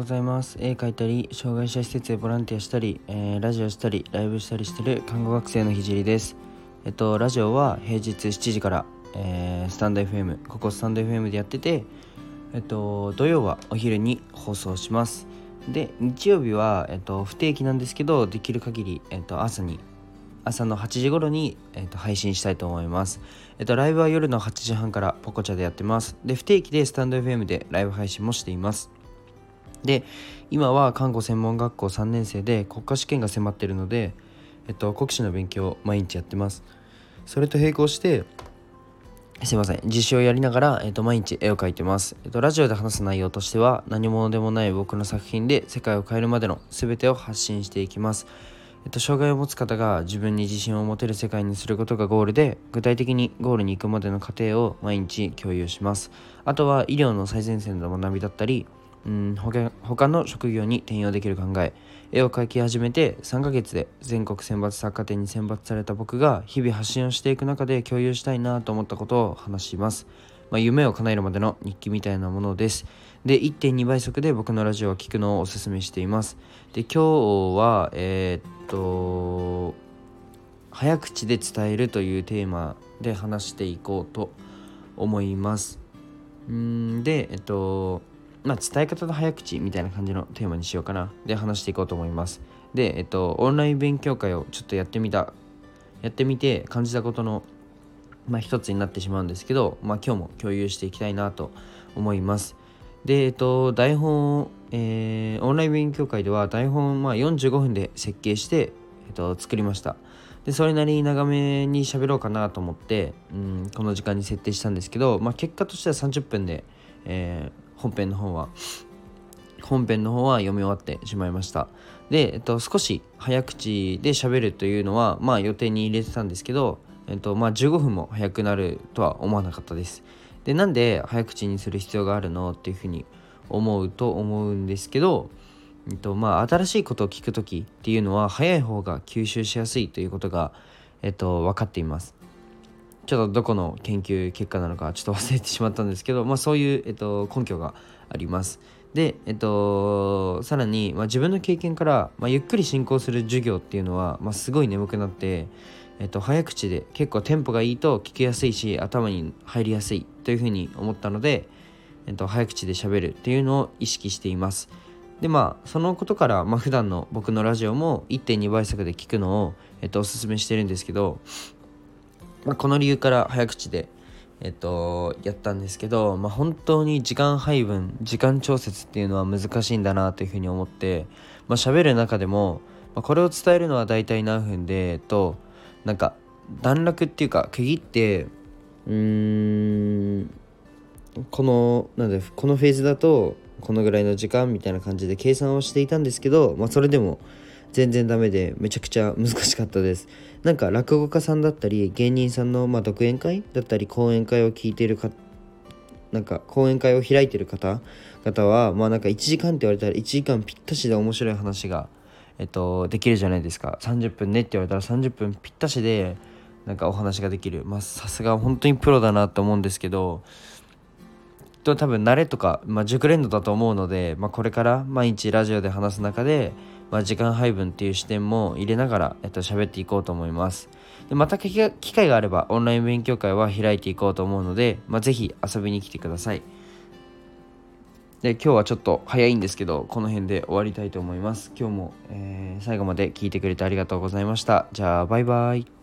ございます。絵描いたり、障害者施設でボランティアしたり、ラジオしたり、ライブしたりしてる看護学生のひじりです。ラジオは平日7時から、スタンド FM、ここスタンド FM でやってて、土曜はお昼に放送します。で、日曜日は、不定期なんですけど、できる限り、朝の8時頃に、配信したいと思います。ライブは夜の8時半からポコチャでやってます。で、不定期でスタンド FM でライブ配信もしています。で、今は看護専門学校3年生で国家試験が迫っているので、国試の勉強を毎日やってます。それと並行して実習をやりながら、毎日絵を描いてます。ラジオで話す内容としては、何者でもない僕の作品で世界を変えるまでの全てを発信していきます。障害を持つ方が自分に自信を持てる世界にすることがゴールで、具体的にゴールに行くまでの過程を毎日共有します。あとは医療の最前線の学びだったり、他の職業に転用できる考え、絵を描き始めて3ヶ月で全国選抜作家展に選抜された僕が日々発信をしていく中で共有したいなと思ったことを話します。夢を叶えるまでの日記みたいなものです。で、1.2 倍速で僕のラジオを聞くのをおすすめしています。で、今日は早口で伝えるというテーマで話していこうと思います。で、伝え方と早口みたいな感じのテーマにしようかな。で、話していこうと思います。で、オンライン勉強会をちょっとやってみて感じたことの一つになってしまうんですけど、今日も共有していきたいなと思います。で、台本、オンライン勉強会では台本45分で設計して、作りました。で、それなりに長めに喋ろうかなと思って、この時間に設定したんですけど、結果としては30分で、本編の方は読み終わってしまいました。で、少し早口で喋るというのは予定に入れてたんですけど、15分も早くなるとは思わなかったです。で、なんで早口にする必要があるのっていうふうに思うんですけど、新しいことを聞くときっていうのは早い方が吸収しやすいということが、分かっています。ちょっとどこの研究結果なのかちょっと忘れてしまったんですけど、そういう、根拠があります。で、さらに、自分の経験から、ゆっくり進行する授業っていうのは、すごい眠くなって、早口で結構テンポがいいと聞きやすいし頭に入りやすいというふうに思ったので、早口で喋るっていうのを意識しています。で、そのことから、普段の僕のラジオも 1.2 倍速で聞くのを、おすすめしてるんですけど、この理由から早口で、やったんですけど、本当に時間配分、時間調節っていうのは難しいんだなというふうに思って、喋る中でも、これを伝えるのは大体何分で段落っていうか区切って、このフェーズだとこのぐらいの時間みたいな感じで計算をしていたんですけど、それでも全然ダメでめちゃくちゃ難しかったです。落語家さんだったり芸人さんの独演会だったり講演会を聞いている講演会を開いている方々は1時間って言われたら1時間ぴったしで面白い話ができるじゃないですか。30分ねって言われたら30分ぴったしでお話ができる。さすが本当にプロだなと思うんですけど、多分慣れとか、熟練度だと思うので、これから毎日ラジオで話す中で、時間配分っていう視点も入れながら、喋っていこうと思います。で、また機会があればオンライン勉強会は開いていこうと思うので、ぜひ遊びに来てください。で、今日はちょっと早いんですけど、この辺で終わりたいと思います。今日も、最後まで聞いてくれてありがとうございました。じゃあバイバイ。